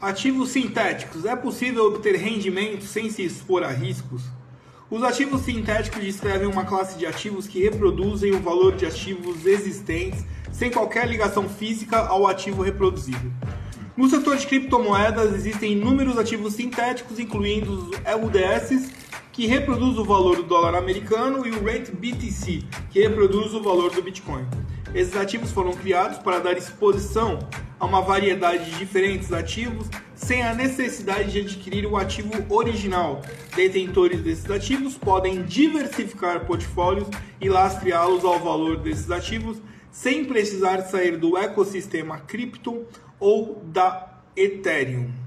Ativos sintéticos. É possível obter rendimento sem se expor a riscos? Os ativos sintéticos descrevem uma classe de ativos que reproduzem o valor de ativos existentes sem qualquer ligação física ao ativo reproduzido. No setor de criptomoedas existem inúmeros ativos sintéticos, incluindo os UDS, que reproduz o valor do dólar americano, e o Rate BTC, que reproduz o valor do Bitcoin. Esses ativos foram criados para dar exposição a uma variedade de diferentes ativos sem a necessidade de adquirir o ativo original. Detentores desses ativos podem diversificar portfólios e lastreá-los ao valor desses ativos sem precisar sair do ecossistema cripto ou da Ethereum.